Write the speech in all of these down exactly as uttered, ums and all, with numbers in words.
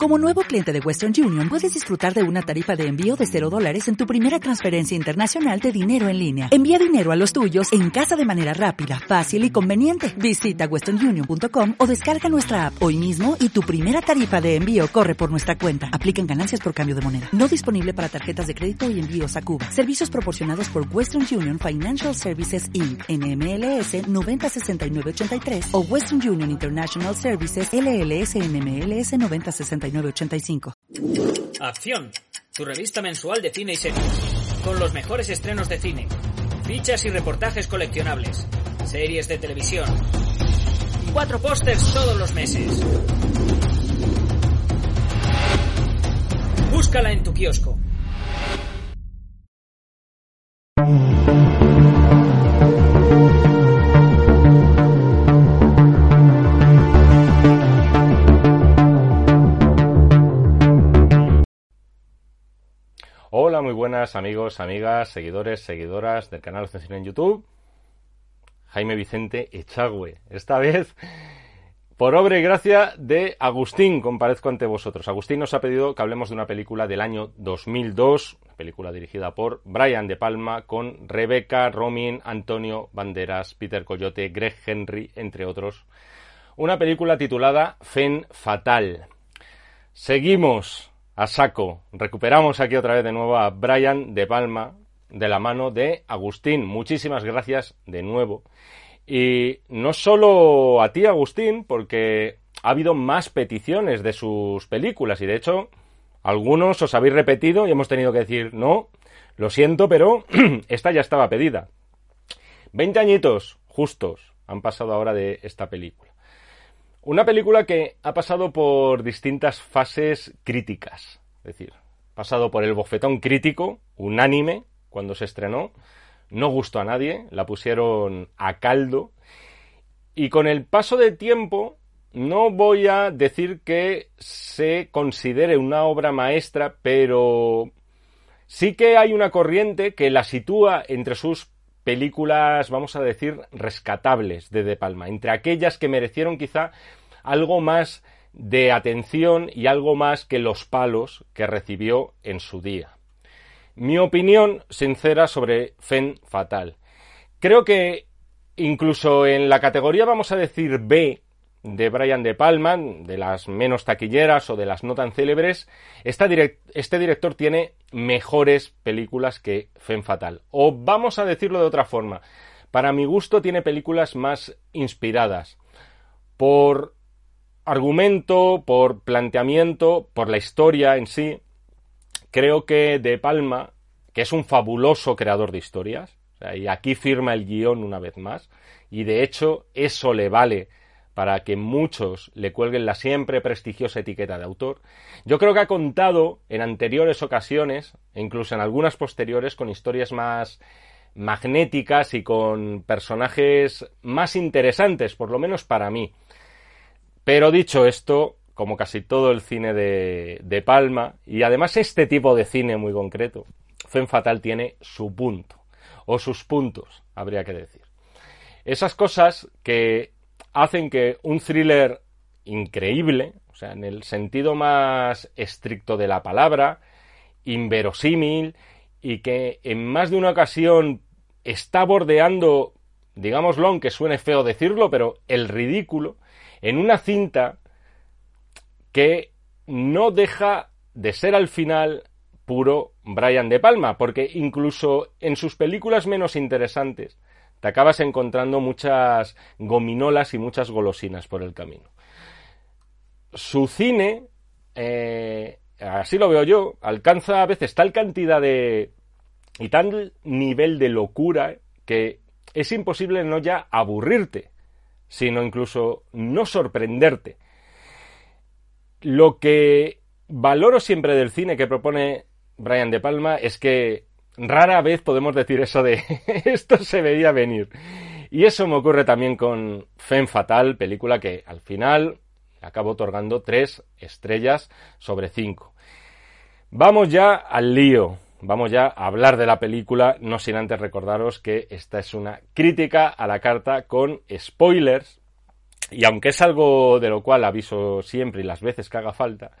Como nuevo cliente de Western Union, puedes disfrutar de una tarifa de envío de cero dólares en tu primera transferencia internacional de dinero en línea. Envía dinero a los tuyos en casa de manera rápida, fácil y conveniente. Visita western union punto com o descarga nuestra app hoy mismo y tu primera tarifa de envío corre por nuestra cuenta. Aplican ganancias por cambio de moneda. No disponible para tarjetas de crédito y envíos a Cuba. Servicios proporcionados por Western Union Financial Services incorporated. N M L S noventa sesenta y nueve ochenta y tres o Western Union International Services L L S N M L S noventa sesenta y nueve ochenta y cinco. Acción, tu revista mensual de cine y series, con los mejores estrenos de cine, fichas y reportajes coleccionables, series de televisión, cuatro pósters todos los meses. Búscala en tu kiosco. Hola, muy buenas amigos, amigas, seguidores, seguidoras del canal Cine en YouTube. Jaime Vicente Echagüe. Esta vez, por obra y gracia de Agustín, comparezco ante vosotros. Agustín nos ha pedido que hablemos de una película del año dos mil dos, una película dirigida por Brian De Palma, con Rebeca Romijn, Antonio Banderas, Peter Coyote, Greg Henry, entre otros. Una película titulada Femme Fatale. Seguimos a saco. Recuperamos aquí otra vez de nuevo a Brian De Palma de la mano de Agustín. Muchísimas gracias de nuevo. Y no solo a ti, Agustín, porque ha habido más peticiones de sus películas y de hecho algunos os habéis repetido y hemos tenido que decir no, lo siento, pero esta ya estaba pedida. Veinte añitos justos han pasado ahora de esta película. Una película que ha pasado por distintas fases críticas, es decir, ha pasado por el bofetón crítico, unánime, cuando se estrenó, no gustó a nadie, la pusieron a caldo, y con el paso del tiempo no voy a decir que se considere una obra maestra, pero sí que hay una corriente que la sitúa entre sus películas, vamos a decir, rescatables de De Palma, entre aquellas que merecieron quizá algo más de atención y algo más que los palos que recibió en su día. Mi opinión sincera sobre Femme Fatale. Creo que incluso en la categoría, vamos a decir, B de Brian De Palma, de las menos taquilleras o de las no tan célebres, esta direct- este director tiene mejores películas que Femme Fatale. O vamos a decirlo de otra forma, para mi gusto tiene películas más inspiradas por argumento, por planteamiento, por la historia en sí. Creo que De Palma, que es un fabuloso creador de historias, o sea, y aquí firma el guión una vez más, y de hecho eso le vale para que muchos le cuelguen la siempre prestigiosa etiqueta de autor. Yo creo que ha contado en anteriores ocasiones, e incluso en algunas posteriores, con historias más magnéticas y con personajes más interesantes, por lo menos para mí. Pero dicho esto, como casi todo el cine de, de Palma, y además este tipo de cine muy concreto, Femme Fatale tiene su punto, o sus puntos, habría que decir. Esas cosas que hacen que un thriller increíble, o sea, en el sentido más estricto de la palabra, inverosímil, y que en más de una ocasión está bordeando, digámoslo, aunque suene feo decirlo, pero el ridículo, en una cinta que no deja de ser al final puro Brian De Palma, porque incluso en sus películas menos interesantes te acabas encontrando muchas gominolas y muchas golosinas por el camino. Su cine, eh, así lo veo yo, alcanza a veces tal cantidad de y tal nivel de locura que es imposible no ya aburrirte, sino incluso no sorprenderte. Lo que valoro siempre del cine que propone Brian De Palma es que rara vez podemos decir eso de esto se veía venir. Y eso me ocurre también con Femme Fatale, película que al final acabo otorgando tres estrellas sobre cinco. Vamos ya al lío. Vamos ya a hablar de la película, no sin antes recordaros que esta es una crítica a la carta con spoilers, y aunque es algo de lo cual aviso siempre y las veces que haga falta,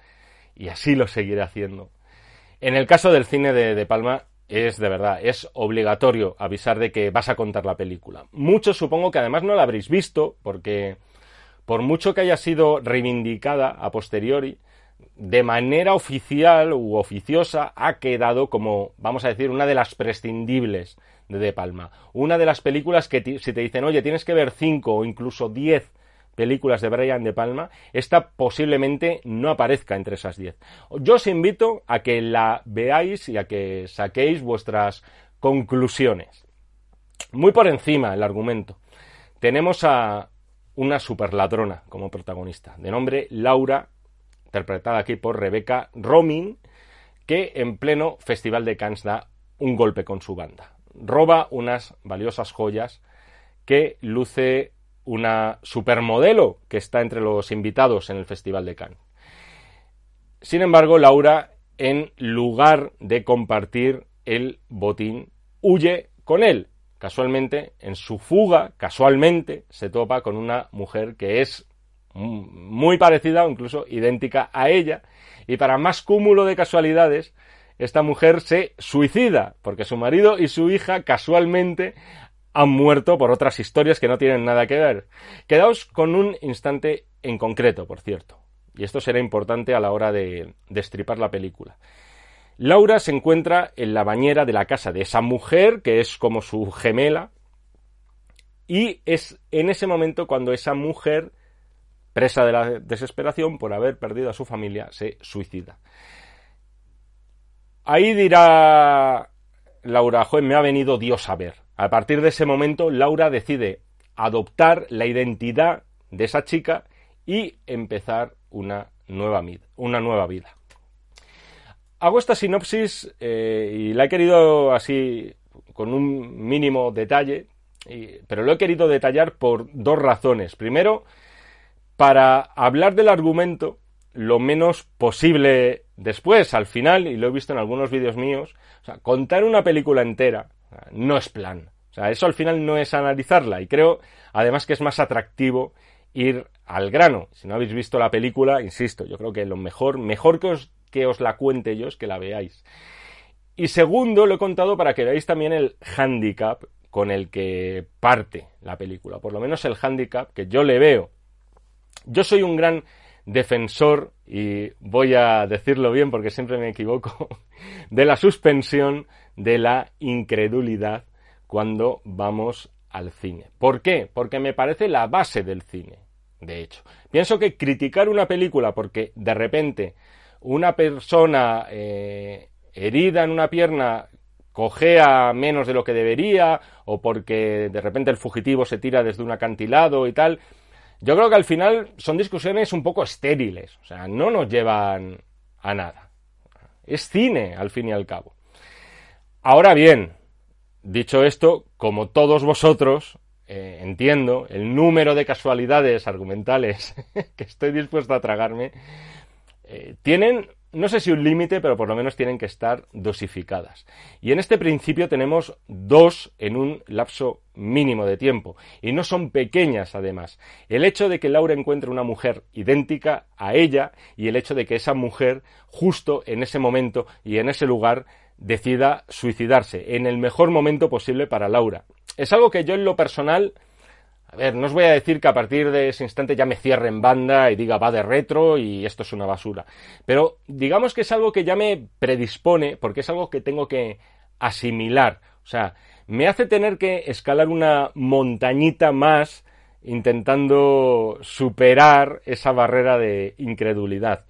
y así lo seguiré haciendo. En el caso del cine de De Palma, es de verdad, es obligatorio avisar de que vas a contar la película. Muchos supongo que además no la habréis visto, porque por mucho que haya sido reivindicada a posteriori, de manera oficial u oficiosa ha quedado como, vamos a decir, una de las prescindibles de De Palma. Una de las películas que t- si te dicen, oye, tienes que ver cinco o incluso diez películas de Brian De Palma, esta posiblemente no aparezca entre esas diez. Yo os invito a que la veáis y a que saquéis vuestras conclusiones. Muy por encima el argumento. Tenemos a una superladrona como protagonista, de nombre Laura, interpretada aquí por Rebecca Romijn, que en pleno Festival de Cannes da un golpe con su banda. Roba unas valiosas joyas que luce una supermodelo que está entre los invitados en el Festival de Cannes. Sin embargo, Laura, en lugar de compartir el botín, huye con él. Casualmente, en su fuga, casualmente, se topa con una mujer que es muy parecida o incluso idéntica a ella, y para más cúmulo de casualidades, esta mujer se suicida, porque su marido y su hija casualmente han muerto por otras historias que no tienen nada que ver. Quedaos con un instante en concreto, por cierto, y esto será importante a la hora de destripar la película. Laura se encuentra en la bañera de la casa de esa mujer, que es como su gemela, y es en ese momento cuando esa mujer, presa de la desesperación por haber perdido a su familia, se suicida. Ahí dirá Laura, joder, me ha venido Dios a ver. A partir de ese momento, Laura decide adoptar la identidad de esa chica y empezar una nueva, una nueva vida. Hago esta sinopsis eh, y la he querido así, con un mínimo detalle, y, pero lo he querido detallar por dos razones. Primero, para hablar del argumento lo menos posible después, al final, y lo he visto en algunos vídeos míos, o sea, contar una película entera no es plan. O sea, eso al final no es analizarla, y creo además que es más atractivo ir al grano. Si no habéis visto la película, insisto, yo creo que lo mejor, mejor que os, que os la cuente yo es que la veáis. Y segundo, lo he contado para que veáis también el hándicap con el que parte la película, por lo menos el hándicap que yo le veo. Yo soy un gran defensor, y voy a decirlo bien porque siempre me equivoco, de la suspensión de la incredulidad cuando vamos al cine. ¿Por qué? Porque me parece la base del cine, de hecho. Pienso que criticar una película porque de repente una persona eh, herida en una pierna cojea menos de lo que debería, o porque de repente el fugitivo se tira desde un acantilado y tal, yo creo que al final son discusiones un poco estériles, o sea, no nos llevan a nada. Es cine, al fin y al cabo. Ahora bien, dicho esto, como todos vosotros, eh, entiendo el número de casualidades argumentales que estoy dispuesto a tragarme, eh, tienen, no sé si un límite, pero por lo menos tienen que estar dosificadas. Y en este principio tenemos dos en un lapso mínimo de tiempo, y no son pequeñas además. El hecho de que Laura encuentre una mujer idéntica a ella, y el hecho de que esa mujer justo en ese momento y en ese lugar decida suicidarse en el mejor momento posible para Laura. Es algo que yo en lo personal, a ver, no os voy a decir que a partir de ese instante ya me cierre en banda y diga va de retro y esto es una basura, pero digamos que es algo que ya me predispone, porque es algo que tengo que asimilar. O sea, me hace tener que escalar una montañita más intentando superar esa barrera de incredulidad.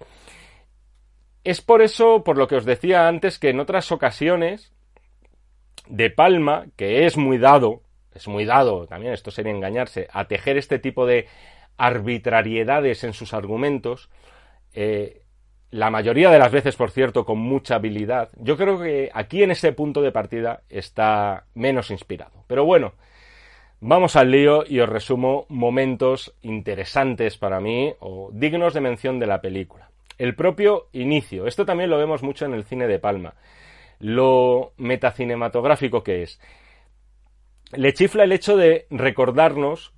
Es por eso, por lo que os decía antes, que en otras ocasiones De Palma, que es muy dado, es muy dado, también esto sería engañarse, a tejer este tipo de arbitrariedades en sus argumentos, eh, la mayoría de las veces, por cierto, con mucha habilidad, yo creo que aquí en ese punto de partida está menos inspirado. Pero bueno, vamos al lío y os resumo momentos interesantes para mí o dignos de mención de la película. El propio inicio, esto también lo vemos mucho en el cine de Palma, lo metacinematográfico que es. Le chifla el hecho de recordarnos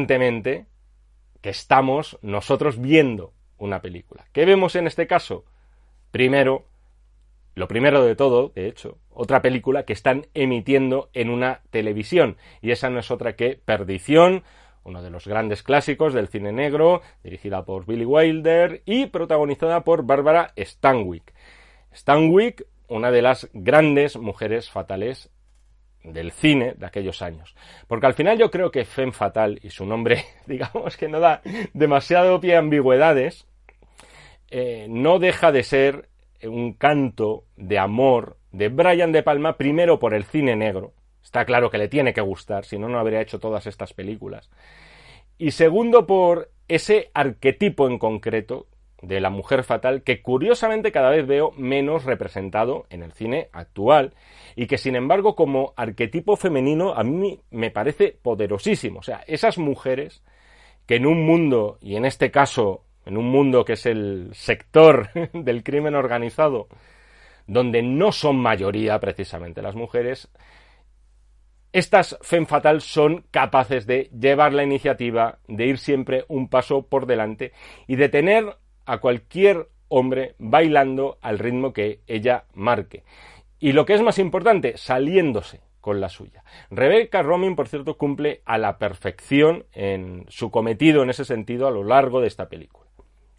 constantemente que estamos nosotros viendo una película. ¿Qué vemos en este caso? Primero, lo primero de todo, de hecho, otra película que están emitiendo en una televisión, y esa no es otra que Perdición, uno de los grandes clásicos del cine negro, dirigida por Billy Wilder y protagonizada por Barbara Stanwyck. Stanwyck, una de las grandes mujeres fatales del cine de aquellos años. Porque al final yo creo que Femme Fatale, y su nombre, digamos que no da demasiado pie a ambigüedades, eh, no deja de ser un canto de amor de Brian De Palma, primero por el cine negro. Está claro que le tiene que gustar, si no, no habría hecho todas estas películas. Y segundo, por ese arquetipo en concreto de la mujer fatal que curiosamente cada vez veo menos representado en el cine actual y que sin embargo como arquetipo femenino a mí me parece poderosísimo. O sea, esas mujeres que en un mundo, y en este caso en un mundo que es el sector del crimen organizado, donde no son mayoría precisamente las mujeres, estas femme fatales son capaces de llevar la iniciativa, de ir siempre un paso por delante y de tener a cualquier hombre bailando al ritmo que ella marque. Y lo que es más importante, saliéndose con la suya. Rebecca Romijn, por cierto, cumple a la perfección en su cometido en ese sentido a lo largo de esta película.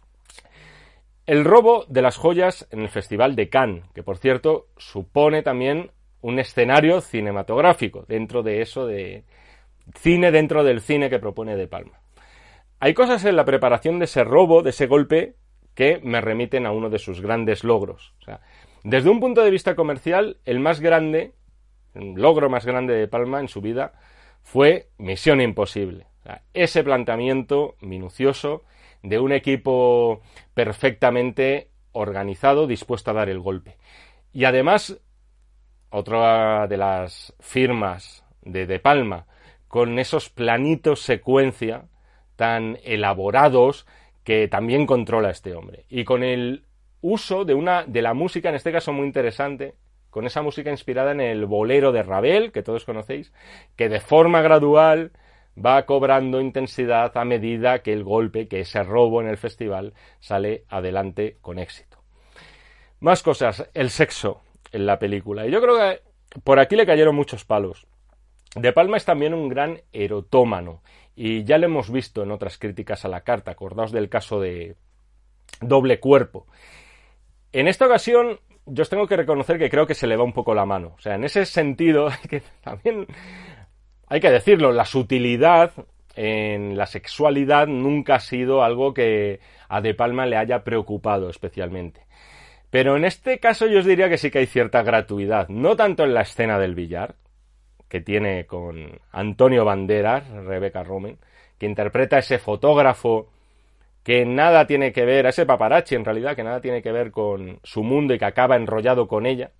El robo de las joyas en el Festival de Cannes, que por cierto supone también un escenario cinematográfico dentro de eso de cine dentro del cine que propone De Palma. Hay cosas en la preparación de ese robo, de ese golpe, que me remiten a uno de sus grandes logros. O sea, desde un punto de vista comercial, el más grande, el logro más grande de De Palma en su vida fue Misión Imposible. O sea, ese planteamiento minucioso de un equipo perfectamente organizado, dispuesto a dar el golpe. Y además, otra de las firmas de De Palma, con esos planitos secuencia tan elaborados que también controla este hombre. Y con el uso de una de la música, en este caso muy interesante, con esa música inspirada en el bolero de Ravel, que todos conocéis, que de forma gradual va cobrando intensidad a medida que el golpe, que ese robo en el festival, sale adelante con éxito. Más cosas, el sexo en la película. Y yo creo que por aquí le cayeron muchos palos. De Palma es también un gran erotómano, y ya lo hemos visto en otras críticas a la carta, acordaos del caso de Doble Cuerpo. En esta ocasión, yo os tengo que reconocer que creo que se le va un poco la mano. O sea, en ese sentido, hay que también hay que decirlo, la sutilidad en la sexualidad nunca ha sido algo que a De Palma le haya preocupado especialmente. Pero en este caso yo os diría que sí que hay cierta gratuidad, no tanto en la escena del billar, que tiene con Antonio Banderas, Rebecca Romijn, que interpreta a ese fotógrafo que nada tiene que ver, a ese paparazzi en realidad, que nada tiene que ver con su mundo y que acaba enrollado con ella,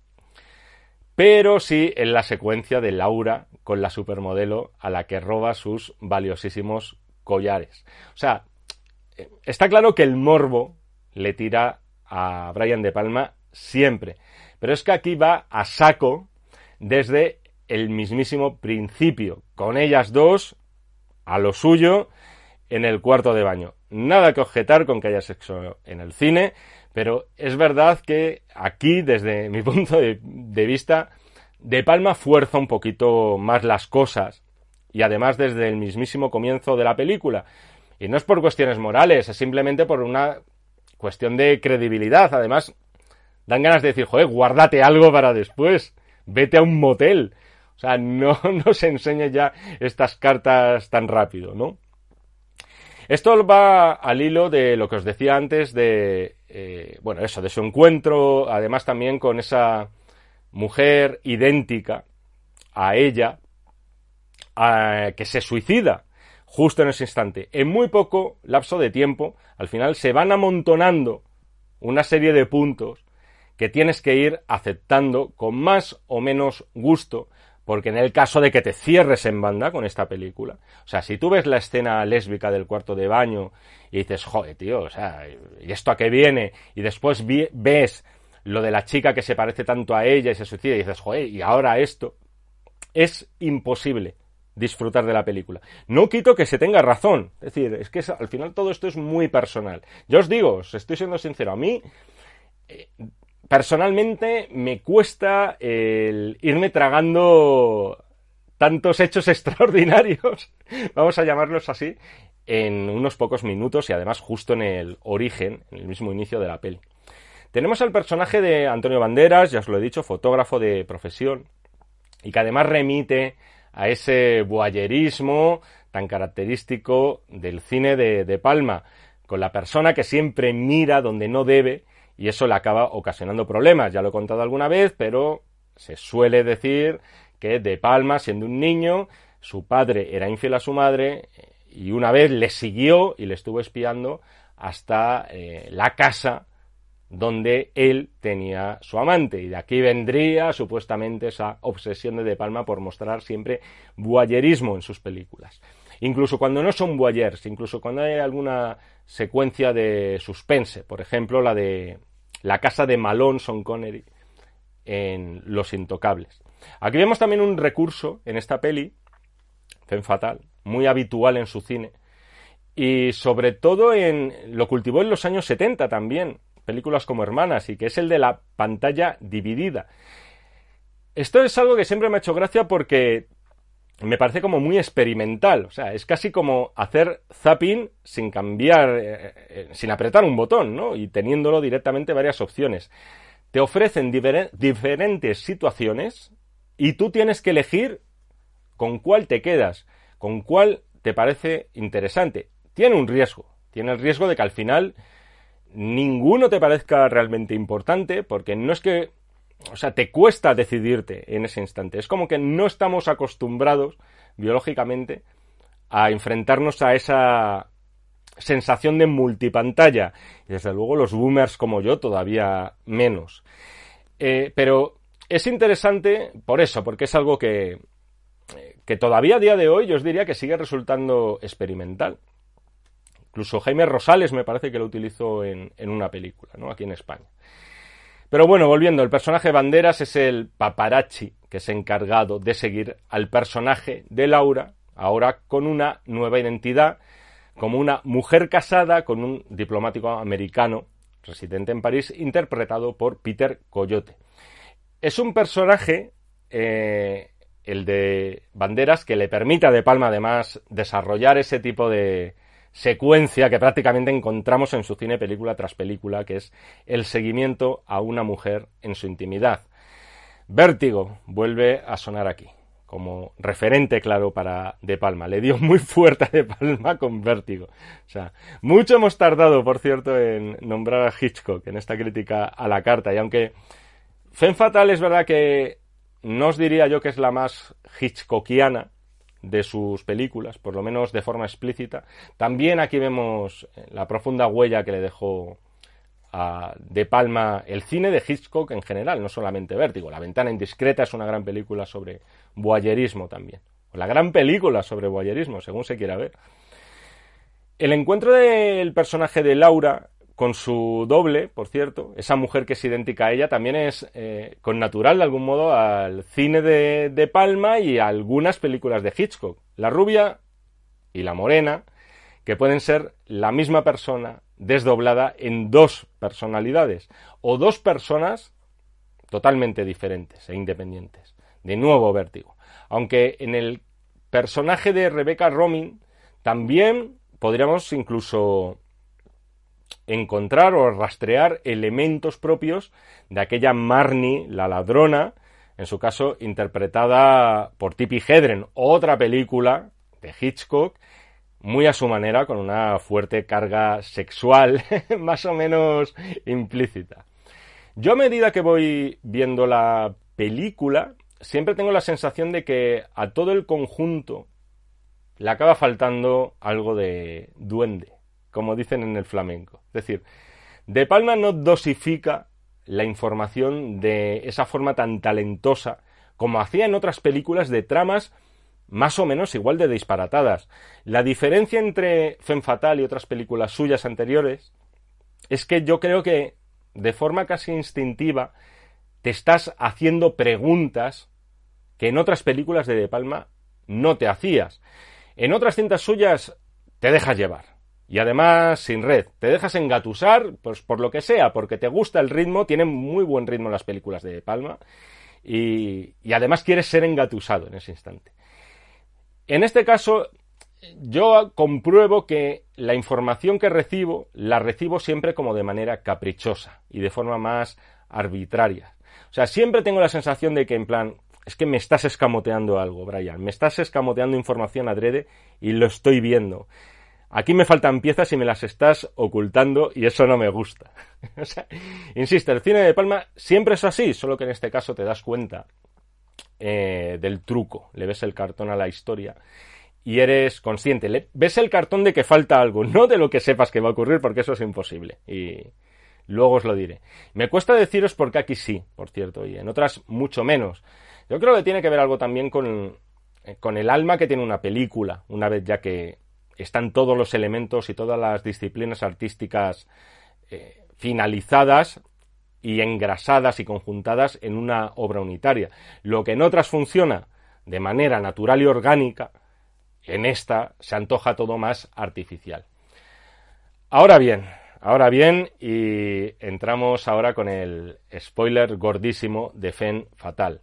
pero sí en la secuencia de Laura con la supermodelo a la que roba sus valiosísimos collares. O sea, está claro que el morbo le tira a Brian De Palma siempre, pero es que aquí va a saco desde el mismísimo principio, con ellas dos a lo suyo en el cuarto de baño. Nada que objetar con que haya sexo en el cine, pero es verdad que aquí, desde mi punto de, de vista, De Palma fuerza un poquito más las cosas, y además desde el mismísimo comienzo de la película. Y no es por cuestiones morales, es simplemente por una cuestión de credibilidad. Además, dan ganas de decir, joder, guárdate algo para después, vete a un motel. O sea, no, no se enseñe ya estas cartas tan rápido, ¿no? Esto va al hilo de lo que os decía antes de, eh, bueno, eso, de su encuentro, además también con esa mujer idéntica a ella, a, que se suicida justo en ese instante. En muy poco lapso de tiempo, al final se van amontonando una serie de puntos que tienes que ir aceptando con más o menos gusto, porque en el caso de que te cierres en banda con esta película, o sea, si tú ves la escena lésbica del cuarto de baño y dices, joder, tío, o sea, ¿y esto a qué viene? Y después vi- ves lo de la chica que se parece tanto a ella y se suicida y dices, joder, y ahora esto, es imposible disfrutar de la película. No quito que se tenga razón, es decir, es que al final todo esto es muy personal. Yo os digo, os estoy siendo sincero, a mí personalmente me cuesta el irme tragando tantos hechos extraordinarios, vamos a llamarlos así, en unos pocos minutos y además justo en el origen, en el mismo inicio de la peli. Tenemos al personaje de Antonio Banderas, ya os lo he dicho, fotógrafo de profesión, y que además remite a ese voyerismo tan característico del cine de, de Palma, con la persona que siempre mira donde no debe, y eso le acaba ocasionando problemas. Ya lo he contado alguna vez, pero se suele decir que De Palma, siendo un niño, su padre era infiel a su madre, y una vez le siguió y le estuvo espiando hasta eh, la casa donde él tenía su amante, y de aquí vendría supuestamente esa obsesión de De Palma por mostrar siempre voyerismo en sus películas. Incluso cuando no son voyeurs, incluso cuando hay alguna secuencia de suspense, por ejemplo la de la casa de Malone Sean Connery en Los Intocables. Aquí vemos también un recurso en esta peli, Femme Fatale, muy habitual en su cine, y sobre todo en lo cultivó en los años setenta también, películas como Hermanas, y que es el de la pantalla dividida. Esto es algo que siempre me ha hecho gracia porque me parece como muy experimental, o sea, es casi como hacer zapping sin cambiar, eh, eh, sin apretar un botón, ¿no? Y teniéndolo directamente varias opciones. Te ofrecen difer- diferentes situaciones y tú tienes que elegir con cuál te quedas, con cuál te parece interesante. Tiene un riesgo, tiene el riesgo de que al final ninguno te parezca realmente importante, porque no es que, o sea, te cuesta decidirte en ese instante. Es como que no estamos acostumbrados biológicamente a enfrentarnos a esa sensación de multipantalla. Y desde luego los boomers como yo todavía menos. Eh, pero es interesante por eso, porque es algo que, que todavía a día de hoy yo os diría que sigue resultando experimental. Incluso Jaime Rosales me parece que lo utilizó en, en una película, ¿no? Aquí en España. Pero bueno, volviendo, el personaje Banderas es el paparazzi que es encargado de seguir al personaje de Laura, ahora con una nueva identidad, como una mujer casada con un diplomático americano residente en París, interpretado por Peter Coyote. Es un personaje, eh, el de Banderas, que le permite a De Palma además desarrollar ese tipo de secuencia que prácticamente encontramos en su cine película tras película, que es el seguimiento a una mujer en su intimidad. Vértigo vuelve a sonar aquí como referente claro para De Palma. Le dio muy fuerte a De Palma con Vértigo. O sea, mucho hemos tardado, por cierto, en nombrar a Hitchcock en esta crítica a la carta, y aunque Femme Fatale es verdad que no os diría yo que es la más hitchcockiana de sus películas, por lo menos de forma explícita, también aquí vemos la profunda huella que le dejó a De Palma el cine de Hitchcock en general, no solamente Vértigo. La ventana indiscreta es una gran película sobre voyerismo también, o la gran película sobre voyerismo, según se quiera ver. El encuentro del personaje de Laura con su doble, por cierto, esa mujer que es idéntica a ella, también es eh, connatural de algún modo al cine de, de Palma y a algunas películas de Hitchcock. La rubia y la morena, que pueden ser la misma persona desdoblada en dos personalidades, o dos personas totalmente diferentes e independientes. De nuevo Vértigo. Aunque en el personaje de Rebecca Romijn también podríamos incluso encontrar o rastrear elementos propios de aquella Marnie, la ladrona, en su caso interpretada por Tippi Hedren, otra película de Hitchcock, muy a su manera, con una fuerte carga sexual más o menos implícita. Yo a medida que voy viendo la película, siempre tengo la sensación de que a todo el conjunto le acaba faltando algo de duende, como dicen en el flamenco. Es decir, De Palma no dosifica la información de esa forma tan talentosa como hacía en otras películas de tramas más o menos igual de disparatadas. La diferencia entre Femme Fatale y otras películas suyas anteriores es que yo creo que de forma casi instintiva te estás haciendo preguntas que en otras películas de De Palma no te hacías. En otras cintas suyas te dejas llevar. Y además sin red. Te dejas engatusar, pues por lo que sea, porque te gusta el ritmo, tienen muy buen ritmo las películas de De Palma, y, y además quieres ser engatusado en ese instante. En este caso, yo compruebo que la información que recibo, la recibo siempre como de manera caprichosa y de forma más arbitraria. O sea, siempre tengo la sensación de que en plan, es que me estás escamoteando algo, Brian, me estás escamoteando información adrede y lo estoy viendo. Aquí me faltan piezas y me las estás ocultando y eso no me gusta. O sea, insisto, el cine de Palma siempre es así, solo que en este caso te das cuenta eh, del truco, le ves el cartón a la historia y eres consciente, le ves el cartón de que falta algo, no de lo que sepas que va a ocurrir, porque eso es imposible y luego os lo diré. Me cuesta deciros por qué aquí sí, por cierto, y en otras mucho menos. Yo creo que tiene que ver algo también con, con el alma que tiene una película, una vez ya que están todos los elementos y todas las disciplinas artísticas eh, finalizadas y engrasadas y conjuntadas en una obra unitaria. Lo que en otras funciona de manera natural y orgánica, en esta se antoja todo más artificial. Ahora bien, ahora bien, y entramos ahora con el spoiler gordísimo de Femme Fatale.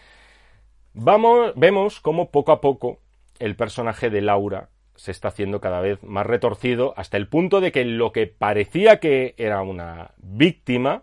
Vamos, vemos cómo poco a poco el personaje de Laura se está haciendo cada vez más retorcido, hasta el punto de que lo que parecía que era una víctima,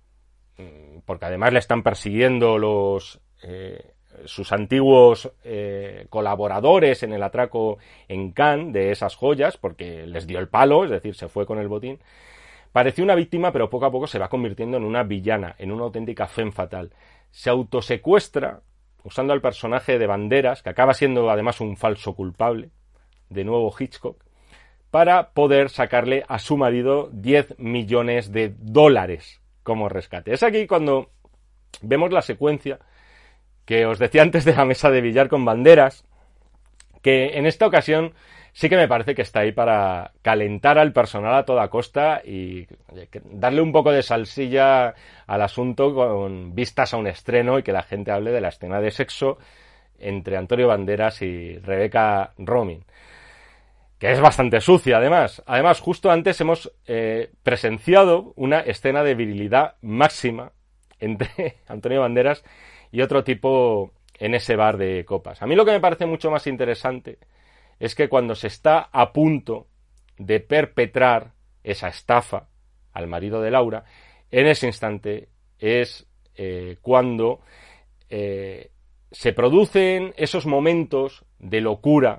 porque además le están persiguiendo los eh, sus antiguos eh, colaboradores en el atraco en Cannes de esas joyas, porque les dio el palo, es decir, se fue con el botín, parecía una víctima, pero poco a poco se va convirtiendo en una villana, en una auténtica femme fatale. Se autosecuestra usando al personaje de Banderas, que acaba siendo además un falso culpable, de nuevo Hitchcock, para poder sacarle a su marido diez millones de dólares como rescate. Es aquí cuando vemos la secuencia que os decía antes de la mesa de billar con Banderas, que en esta ocasión sí que me parece que está ahí para calentar al personal a toda costa y darle un poco de salsilla al asunto con vistas a un estreno y que la gente hable de la escena de sexo entre Antonio Banderas y Rebecca Romijn, que es bastante sucia además. Además, justo antes hemos eh, presenciado una escena de virilidad máxima entre Antonio Banderas y otro tipo en ese bar de copas. A mí lo que me parece mucho más interesante es que cuando se está a punto de perpetrar esa estafa al marido de Laura, en ese instante es eh, cuando eh, se producen esos momentos de locura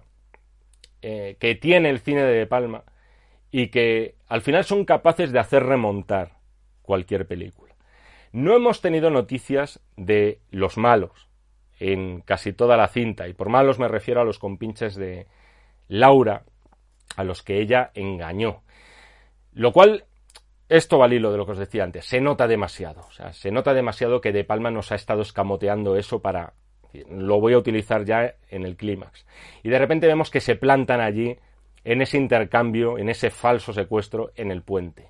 eh, que tiene el cine de De Palma y que al final son capaces de hacer remontar cualquier película. No hemos tenido noticias de los malos en casi toda la cinta, y por malos me refiero a los compinches de Laura, a los que ella engañó. Lo cual, esto va al hilo de lo que os decía antes, se nota demasiado. O sea, se nota demasiado que De Palma nos ha estado escamoteando eso para... Lo voy a utilizar ya en el clímax. Y de repente vemos que se plantan allí, en ese intercambio, en ese falso secuestro, en el puente.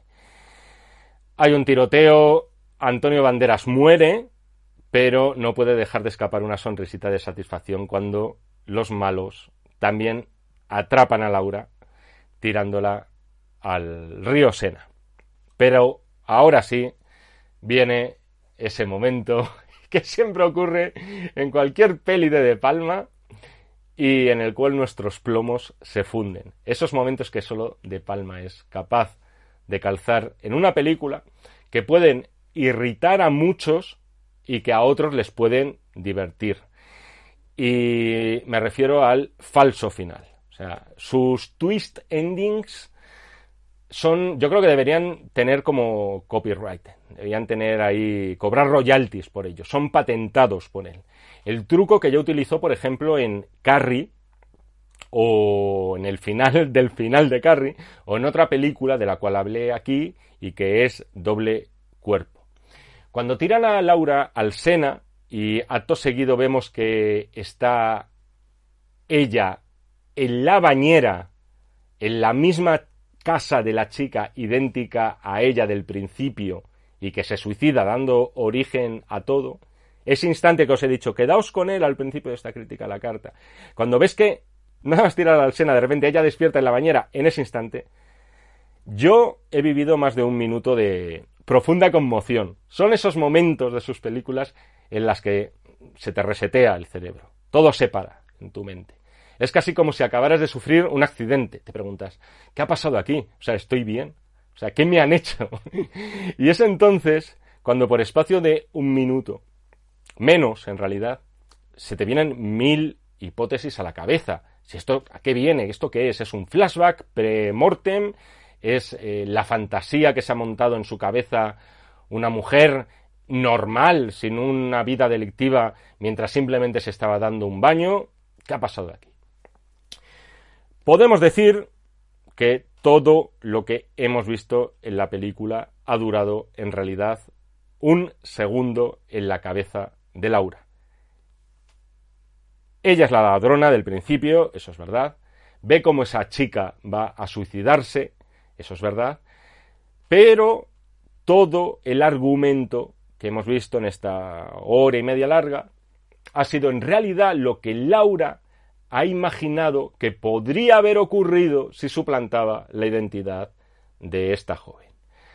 Hay un tiroteo, Antonio Banderas muere, pero no puede dejar de escapar una sonrisita de satisfacción cuando los malos también atrapan a Laura tirándola al río Sena. Pero ahora sí viene ese momento que siempre ocurre en cualquier peli de De Palma y en el cual nuestros plomos se funden. Esos momentos que solo De Palma es capaz de calzar en una película, que pueden irritar a muchos y que a otros les pueden divertir. Y me refiero al falso final. O sea, sus twist endings son, yo creo que deberían tener como copyright, deberían tener ahí, cobrar royalties por ello, son patentados por él. El truco que ya utilizó, por ejemplo, en Carrie, o en el final del final de Carrie, o en otra película de la cual hablé aquí, y que es Doble Cuerpo. Cuando tiran a Laura al Sena, y acto seguido vemos que está ella en la bañera, en la misma casa de la chica idéntica a ella del principio y que se suicida dando origen a todo, ese instante que os he dicho, quedaos con él al principio de esta crítica a la carta, cuando ves que nada más tirar al Sena, de repente ella despierta en la bañera, en ese instante Yo he vivido más de un minuto de profunda conmoción. Son esos momentos de sus películas en las que se te resetea el cerebro. Todo se para en tu mente. Es casi como si acabaras de sufrir un accidente. Te preguntas, ¿qué ha pasado aquí? O sea, ¿estoy bien? O sea, ¿qué me han hecho? Y es entonces cuando por espacio de un minuto, menos en realidad, se te vienen mil hipótesis a la cabeza. Si esto, ¿a qué viene? ¿Esto qué es? ¿Es un flashback pre-mortem? ¿Es eh, la fantasía que se ha montado en su cabeza una mujer normal, sin una vida delictiva, mientras simplemente se estaba dando un baño? ¿Qué ha pasado aquí? Podemos decir que todo lo que hemos visto en la película ha durado, en realidad, un segundo en la cabeza de Laura. Ella es la ladrona del principio, eso es verdad. Ve cómo esa chica va a suicidarse, eso es verdad. Pero todo el argumento que hemos visto en esta hora y media larga ha sido en realidad lo que Laura ha imaginado que podría haber ocurrido si suplantaba la identidad de esta joven.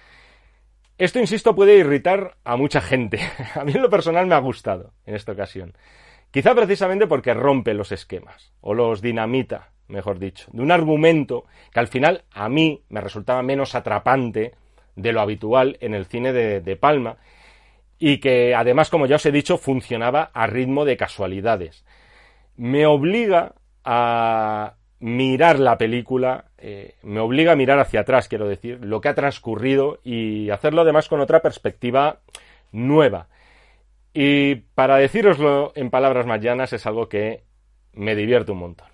Esto, insisto, puede irritar a mucha gente. A mí en lo personal me ha gustado en esta ocasión. Quizá precisamente porque rompe los esquemas, o los dinamita, mejor dicho, de un argumento que al final a mí me resultaba menos atrapante de lo habitual en el cine de, de Palma, y que además, como ya os he dicho, funcionaba a ritmo de casualidades. Me obliga a mirar la película, eh, me obliga a mirar hacia atrás, quiero decir, lo que ha transcurrido y hacerlo además con otra perspectiva nueva. Y para decíroslo en palabras más llanas, es algo que me divierte un montón.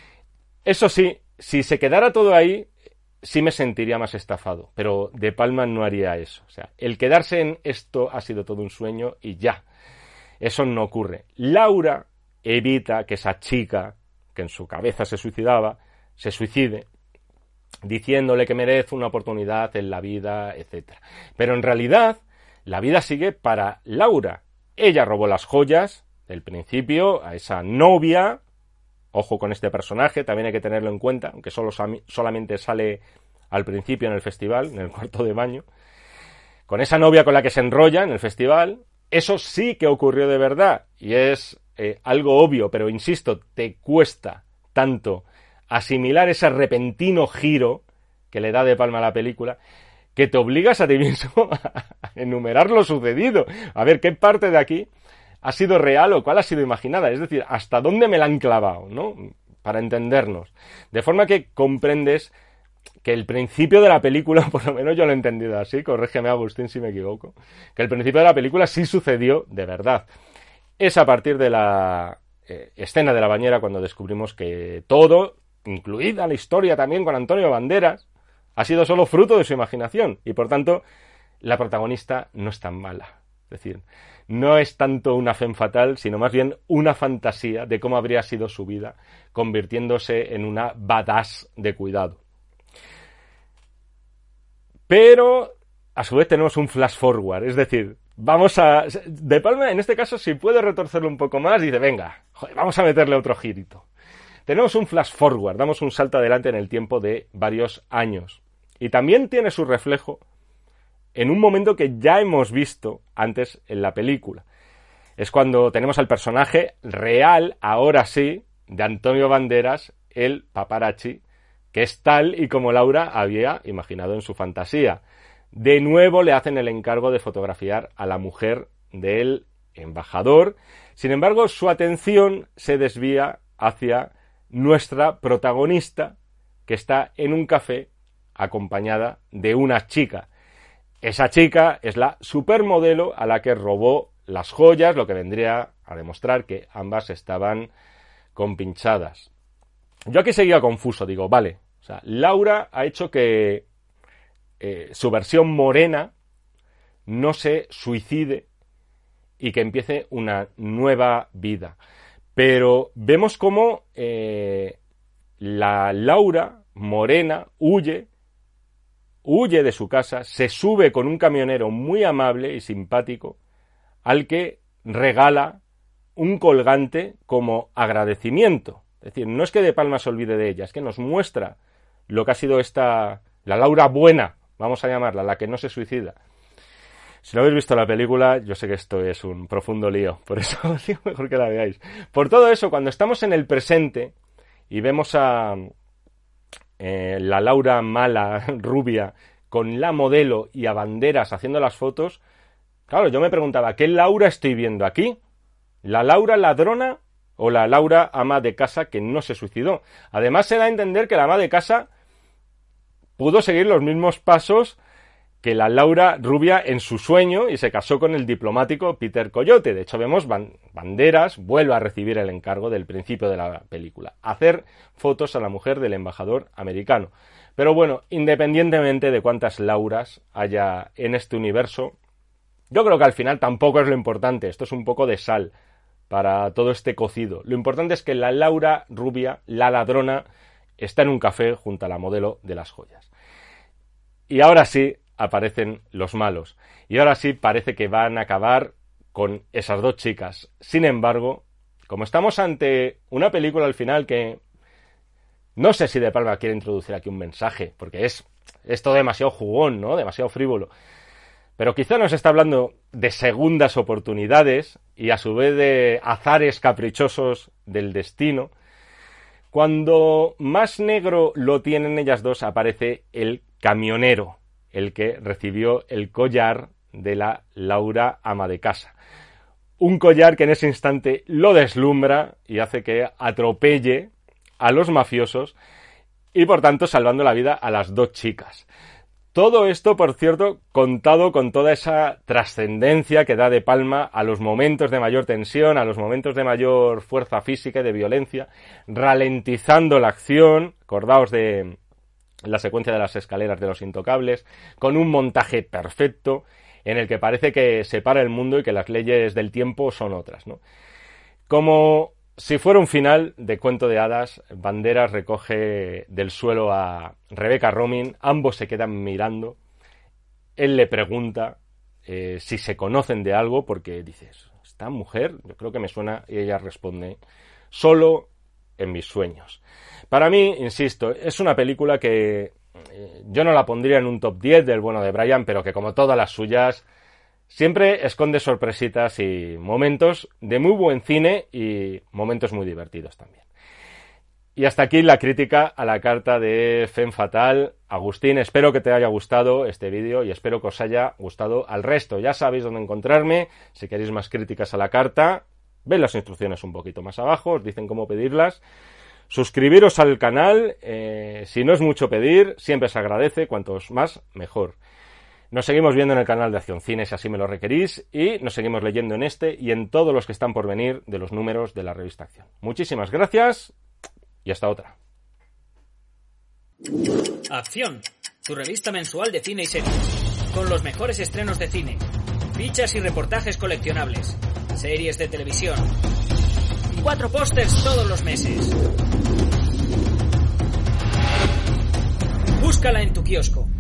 Eso sí, si se quedara todo ahí, sí me sentiría más estafado, pero De Palma no haría eso. O sea, el quedarse en esto ha sido todo un sueño y ya. Eso no ocurre. Laura evita que esa chica, que en su cabeza se suicidaba, se suicide, diciéndole que merece una oportunidad en la vida, etcétera. Pero en realidad, la vida sigue para Laura. Ella robó las joyas del principio a esa novia. Ojo con este personaje, también hay que tenerlo en cuenta, aunque solo, solamente sale al principio en el festival, en el cuarto de baño. Con esa novia con la que se enrolla en el festival. Eso sí que ocurrió de verdad y es eh, algo obvio, pero insisto, te cuesta tanto asimilar ese repentino giro que le da De Palma a la película, que te obligas a ti mismo a enumerar lo sucedido. A ver, ¿qué parte de aquí ha sido real o cuál ha sido imaginada? Es decir, ¿hasta dónde me la han clavado, ¿no? Para entendernos. De forma que comprendes que el principio de la película, por lo menos yo lo he entendido así, corrígeme Agustín si me equivoco, que el principio de la película sí sucedió de verdad. Es a partir de la eh, escena de la bañera cuando descubrimos que todo, incluida la historia también con Antonio Banderas, ha sido solo fruto de su imaginación y por tanto la protagonista no es tan mala. Es decir, no es tanto una femme fatale, sino más bien una fantasía de cómo habría sido su vida, convirtiéndose en una badass de cuidado. Pero, a su vez, tenemos un flash forward, es decir, vamos a... De Palma, en este caso, si puede retorcerlo un poco más, dice, venga, joder, vamos a meterle otro girito. Tenemos un flash forward, damos un salto adelante en el tiempo de varios años. Y también tiene su reflejo en un momento que ya hemos visto antes en la película. Es cuando tenemos al personaje real, ahora sí, de Antonio Banderas, el paparazzi, que es tal y como Laura había imaginado en su fantasía. De nuevo le hacen el encargo de fotografiar a la mujer del embajador. Sin embargo, su atención se desvía hacia nuestra protagonista, que está en un café acompañada de una chica. Esa chica es la supermodelo a la que robó las joyas, lo que vendría a demostrar que ambas estaban compinchadas. Yo aquí seguía confuso, digo, vale, o sea, Laura ha hecho que eh, su versión morena no se suicide y que empiece una nueva vida. Pero vemos cómo eh, la Laura morena huye, huye de su casa, se sube con un camionero muy amable y simpático al que regala un colgante como agradecimiento. Es decir, no es que De Palma se olvide de ella, es que nos muestra lo que ha sido esta La Laura buena, vamos a llamarla, la que no se suicida. Si no habéis visto la película, yo sé que esto es un profundo lío, por eso os digo mejor que la veáis. Por todo eso, cuando estamos en el presente y vemos a eh, la Laura mala, rubia, con la modelo y a Banderas haciendo las fotos, claro, yo me preguntaba, ¿qué Laura estoy viendo aquí? ¿La Laura ladrona o la Laura ama de casa que no se suicidó? Además se da a entender que la ama de casa pudo seguir los mismos pasos que la Laura rubia en su sueño y se casó con el diplomático Peter Coyote. De hecho, vemos Banderas vuelve a recibir el encargo del principio de la película, hacer fotos a la mujer del embajador americano. Pero bueno, independientemente de cuántas Lauras haya en este universo, yo creo que al final tampoco es lo importante. Esto es un poco de sal para todo este cocido. Lo importante es que la Laura rubia, la ladrona, está en un café junto a la modelo de las joyas. Y ahora sí aparecen los malos. Y ahora sí parece que van a acabar con esas dos chicas. Sin embargo, como estamos ante una película al final que no sé si De Palma quiere introducir aquí un mensaje, porque es, es todo demasiado jugón, ¿no? Demasiado frívolo. Pero quizá nos está hablando de segundas oportunidades y a su vez de azares caprichosos del destino. Cuando más negro lo tienen ellas dos, aparece el camionero, el que recibió el collar de la Laura ama de casa. Un collar que en ese instante lo deslumbra y hace que atropelle a los mafiosos y por tanto salvando la vida a las dos chicas. Todo esto, por cierto, contado con toda esa trascendencia que da De Palma a los momentos de mayor tensión, a los momentos de mayor fuerza física y de violencia, ralentizando la acción, acordaos de la secuencia de las escaleras de Los Intocables, con un montaje perfecto en el que parece que se para el mundo y que las leyes del tiempo son otras, ¿no? Como si fuera un final de cuento de hadas, Banderas recoge del suelo a Rebecca Romijn, ambos se quedan mirando, él le pregunta eh, si se conocen de algo, porque dices, esta mujer, yo creo que me suena, y ella responde, solo en mis sueños. Para mí, insisto, es una película que eh, yo no la pondría en un top diez del bueno de Brian, pero que como todas las suyas, siempre esconde sorpresitas y momentos de muy buen cine y momentos muy divertidos también. Y hasta aquí la crítica a la carta de Femme Fatale. Agustín, espero que te haya gustado este vídeo y espero que os haya gustado al resto. Ya sabéis dónde encontrarme, si queréis más críticas a la carta, veis las instrucciones un poquito más abajo, os dicen cómo pedirlas. Suscribiros al canal, eh, si no es mucho pedir, siempre se agradece, cuantos más, mejor. Nos seguimos viendo en el canal de Acción Cine, si así me lo requerís, y nos seguimos leyendo en este y en todos los que están por venir de los números de la revista Acción. Muchísimas gracias y hasta otra. Acción, tu revista mensual de cine y series, con los mejores estrenos de cine, fichas y reportajes coleccionables, series de televisión, cuatro pósters todos los meses. Búscala en tu kiosco.